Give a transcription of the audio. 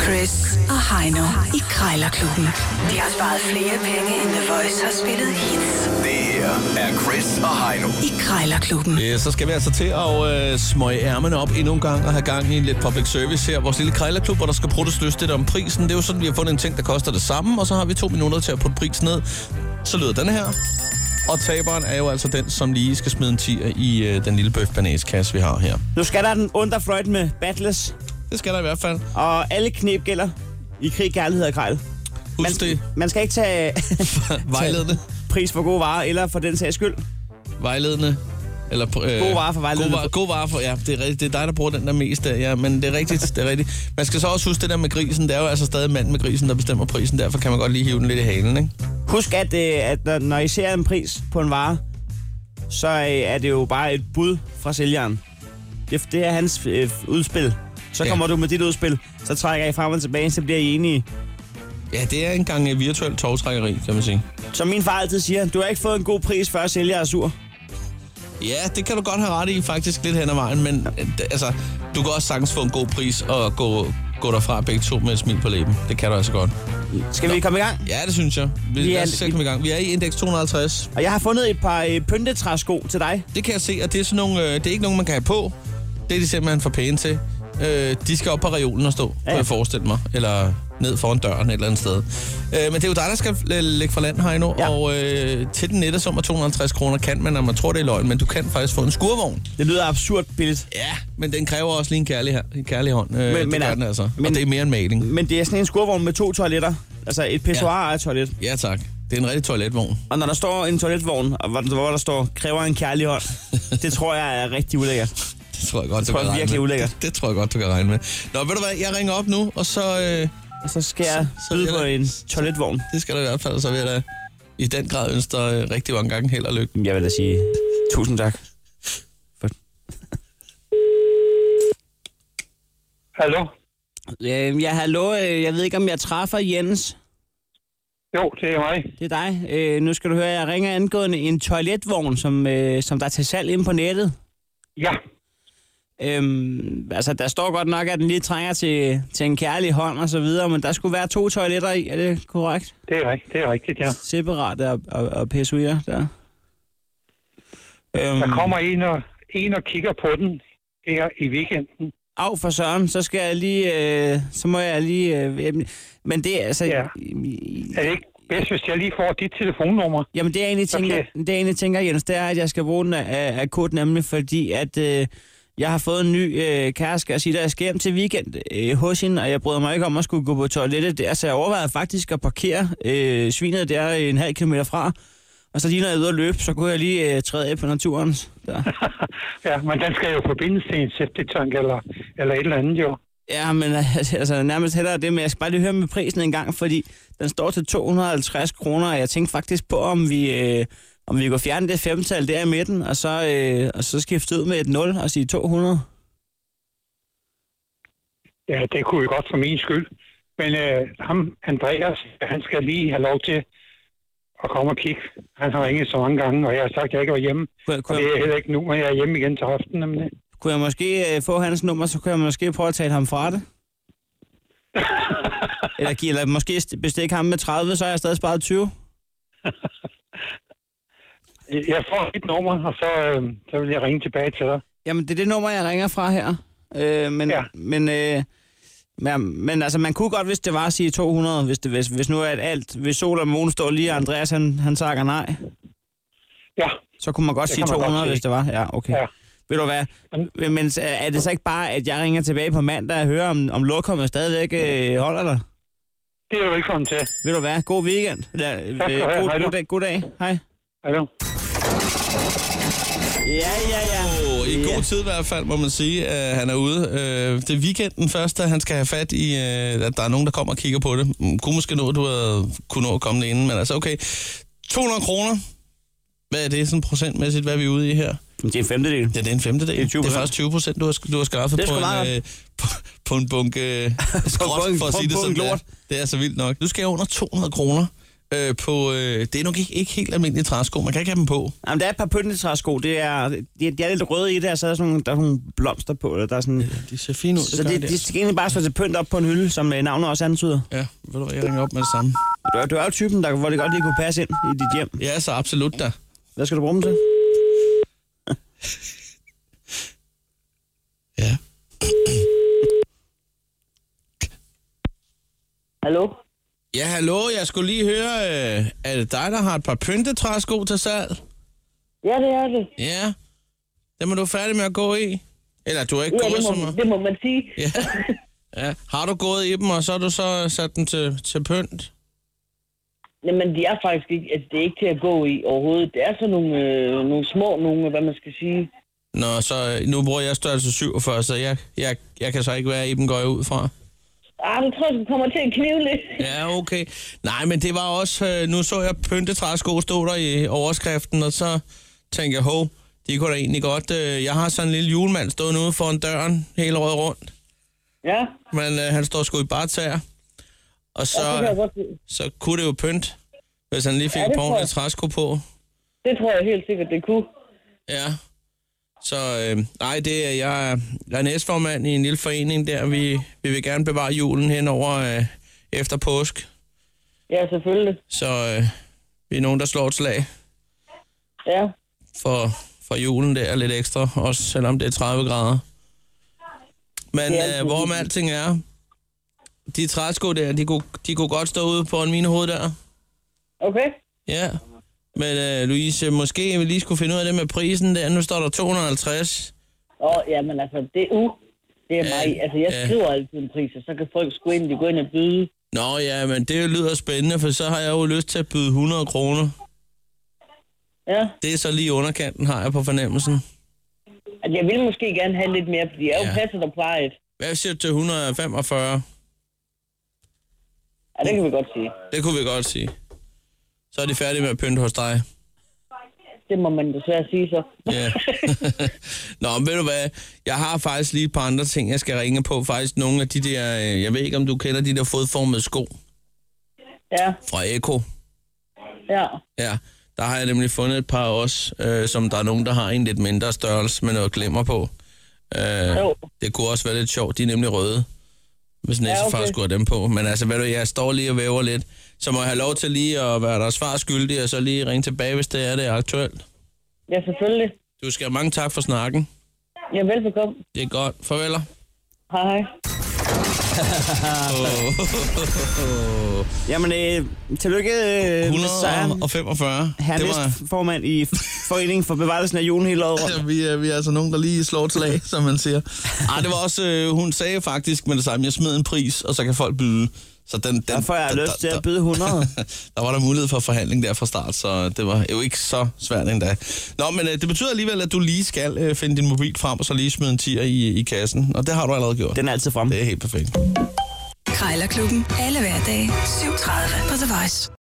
Chris og Heino i Krejlerklubben. De har sparet flere penge, end The Voice har spillet hits. Det her er Chris og Heino i Krejlerklubben. Så skal vi altså til at smøge ærmerne op endnu en gang og have gang i en lidt public service her. Vores lille Krejlerklub, hvor der skal pruttes lystigt om prisen. Det er jo sådan, vi har fundet en ting, der koster det samme, og så har vi 2 minutter til at putte prisen ned. Så lyder den her. Og taberen er jo altså den, som lige skal smide en 10'er i den lille bøf-banæs-kasse, vi har her. Nu skal der den underfløjt med battles. Det skal der i hvert fald. Og alle knep gælder i krig, kærlighed og krejl. Husk det. Man skal ikke tage vejledende. Pris for gode varer, eller for den sags skyld. Vejledende. Eller, gode varer for vejledende. Gode varer for, ja, det er rigtigt. Det er dig, der bruger den der mest der, ja, men det er rigtigt, det er rigtigt. Man skal så også huske det der med grisen. Det er jo altså stadig mand med grisen, der bestemmer prisen. Derfor kan man godt lige hive den lidt i halen, ikke? Husk, at når I ser en pris på en vare, så er det jo bare et bud fra sælgeren. Det er hans udspil. Så kommer du med dit udspil, så trækker I frem og tilbage, så bliver I enige. Ja, det er en gang virtuel tovtrækkeri, kan man sige. Som min far altid siger, du har ikke fået en god pris, før sælger er sur. Ja, det kan du godt have ret i, faktisk lidt hen ad vejen, men altså, du kan også sagtens få en god pris og gå derfra begge to med et smil på læben. Det kan du altså godt. Skal vi komme i gang? Ja, det synes jeg. Lad os komme i gang. Vi er i indeks 250. Og jeg har fundet et par pyntetræsko til dig. Det kan jeg se, og det er sådan nogle, det er ikke nogen, man kan have på. Det er de simpelthen for pæne til. De skal op på reolen og stå, kan jeg forestille mig. Eller ned foran døren et eller andet sted. Men det er jo dig, der skal lægge fra land her nu. Ja. Og til den nette sum af 250 kroner kan man, når man tror, det er løgn, men du kan faktisk få en skurvogn. Det lyder absurd billigt. Ja, men den kræver også lige en kærlig hånd. Men den altså. Og det er mere en maling. Men det er sådan en skurvogn med 2 toiletter. Altså et pissoir og et toilet. Ja, tak. Det er en rigtig toiletvogn. Og når der står en toiletvogn, og hvor der står, kræver en kærlig hånd, det tror jeg er rigtig ulækkert. Det tror jeg godt, du kan regne med. Det tror jeg godt, du kan regne med. Nå, ved du hvad, jeg ringer op nu, og så... og så skal jeg byde på en toiletvogn. Det skal du i hvert fald, så vil jeg da i den grad ønske dig rigtig mange gange held og lykke. Jeg vil da sige tusind tak. Hallo? Ja, hallo. Jeg ved ikke, om jeg træffer Jens. Jo, det er mig. Det er dig. Nu skal du høre, jeg ringer angående en toiletvogn, som der er til salg inde på nettet. Ja. Altså, der står godt nok, at den lige trænger til en kærlig hånd og så videre, men der skulle være 2 toiletter i, er det korrekt? Det er rigtigt, ja. Separate og pissoir der. Der kommer en og kigger på den her i weekenden. Af for søren, så skal jeg lige, så må jeg lige, men det er altså... Ja. Er det ikke bedst, hvis jeg lige får dit telefonnummer? Jamen, det jeg egentlig tænker, Jens, det er, at jeg skal bruge den akut, nemlig fordi, at jeg har fået en ny kæreste, og sige, at jeg skal hjem til weekend hos hende, og jeg bryder mig ikke om at skulle gå på toilettet der, så jeg overvejede faktisk at parkere svinet der 1,5 kilometer fra, og så lige når jeg er ude at løbe, så kunne jeg lige træde af på naturen. Ja, men den skal jo forbindes til en septiktank eller et eller andet, jo. Ja, men altså nærmest hellere det, men jeg skal bare lige høre med prisen en gang, fordi den står til 250 kroner, og jeg tænkte faktisk på, om vi kunne fjerne det 5-tal der i midten, og så skifte ud med et 0 og sige 200. Ja, det kunne vi godt for min skyld. Men Andreas, han skal lige have lov til at komme og kigge. Han har ringet så mange gange, og jeg har sagt, at jeg ikke var hjemme. Og det er heller ikke nu, men jeg er hjemme igen til aften. Nemlig. Kunne jeg måske få hans nummer, så kunne jeg måske prøve at tage ham fra det? eller måske bestikke ham med 30, så er jeg stadig sparet 20. Jeg får dit nummer, og så vil jeg ringe tilbage til dig. Jamen, det er det nummer, jeg ringer fra her. Men altså, man kunne godt, hvis det var at sige 200, hvis nu er alt, hvis Sol og Måne står lige, og Andreas, han takker nej. Ja. Så kunne man godt sige 200, hvis det var. Ja, okay. Ja. Ved du hvad? Men er det så ikke bare, at jeg ringer tilbage på mandag og hører, om lokummet stadigvæk holder dig? Det er du velkommen til. Ved du hvad? God weekend. God dag. Hej. Hallo. Ja. I god tid i hvert fald, må man sige, at han er ude. Det er weekenden først, at han skal have fat i, at der er nogen, der kommer og kigger på det. Kunne måske nå, at du kunne nå at komme inden, men altså okay. 200 kroner. Hvad er det sådan procentmæssigt, hvad er vi ude i her? Det er en femtedel. Ja, det er en femtedel. Det er faktisk 20%, du har skaffet på en bunke skrot, for at sige det sådan. Det er så vildt nok. Du skal have under 200 kroner det er nok ikke helt almindelige træsko. Man kan ikke have dem på. Jamen, der er et par pyntetræsko. De er lidt røde i det, og så er der er nogle blomster på. Eller der er sådan, de ser fine ud. Så de skal egentlig bare stå til pynt op på en hylde, som navnet også antyder. Ja, ved du hvad, jeg ringer op med det samme. Du er jo typen, hvor det godt lige kunne passe ind i dit hjem. Ja, så absolut da. Hvad skal du bruge dem til? Ja. Hallo? Ja, hallo. Jeg skulle lige høre, er det dig, der har et par pyntetræsko til salg? Ja, det er det. Ja. Dem er du færdig med at gå i? Eller du er ikke gået som mig? Det må man sige. Ja. Ja. Har du gået i dem, og så har du så sat dem til pynt? Jamen, de er faktisk ikke, altså det er ikke til at gå i overhovedet. Det er så nogle små, hvad man skal sige. Nå, så nu bruger jeg størrelse 47, så jeg kan så ikke være i dem, går jeg ud fra. Jeg tror, du kommer til at knive lidt. Ja, okay. Nej, men det var også... Nu så jeg pyntetræsko stå der i overskriften, og så tænkte jeg, de kunne da egentlig godt... Jeg har sådan en lille julemand stående ude foran døren hele året rundt. Ja. Men han står sgu i bare tæer. Og så kunne det jo pynt, hvis han lige fik et par ordentlige træsko på. Det tror jeg helt sikkert, det kunne. Ja. Så nej, det er jeg er næstformand i en lille forening der. Vi vil gerne bevare julen henover efter påsk. Ja, selvfølgelig. Så vi er nogen, der slår et slag. Ja. For julen der lidt ekstra, også selvom det er 30 grader. Men hvorom alting er, de træsko der, de kunne godt stå ude på en mine hoved der. Okay. Ja. Men Louise, måske vi lige skulle finde ud af det med prisen der. Nu står der 250. Jamen altså, det er mig. Altså, jeg skriver altid en pris, og så kan folk gå ind og byde. Nå ja, men det lyder spændende, for så har jeg jo lyst til at byde 100 kroner. Ja. Det er så lige underkanten, har jeg på fornemmelsen. Altså, jeg vil måske gerne have lidt mere, fordi jeg er jo passet og plejet. Hvad siger du til 145? Ja, det kan vi godt sige. Det kunne vi godt sige. Så er de færdige med at pynte hos dig. Det må man desværre sige så. Ja. Nå, men ved du hvad? Jeg har faktisk lige et par andre ting, jeg skal ringe på. Faktisk nogle af de der, jeg ved ikke, om du kender de der fodformede sko. Ja. Fra Eko. Ja. Ja, der har jeg nemlig fundet et par også, som der er nogen, der har en lidt mindre størrelse med noget glimmer på. Det kunne også være lidt sjovt, de er nemlig røde. Hvis næstefar skulle have dem på. Men altså, ved du, jeg står lige og væver lidt. Så må jeg have lov til lige at være der svar skyldig, og så lige ringe tilbage, hvis det er aktuelt. Ja, selvfølgelig. Du skal have mange tak for snakken. Ja, velbekomme. Det er godt. Farveler. Hej. Jamen, tillykke 145. Herr næstformand i Foreningen for Bevarelsen af julen hele året rundt. Ja, vi er altså nogen, der lige slår et slag, som man siger. Det var også, hun sagde faktisk med det samme, jeg smed en pris, og så kan folk byde. Så derfor har jeg lyst til at byde 100. Der var der mulighed for forhandling der fra start, så det var jo ikke så svært endda. Nå, men det betyder alligevel, at du lige skal finde din mobil frem, og så lige smide en 10'er i kassen. Og det har du allerede gjort. Den er altid frem. Det er helt perfekt. Krejlerklubben. Alle hverdage. 7:30 på The Voice.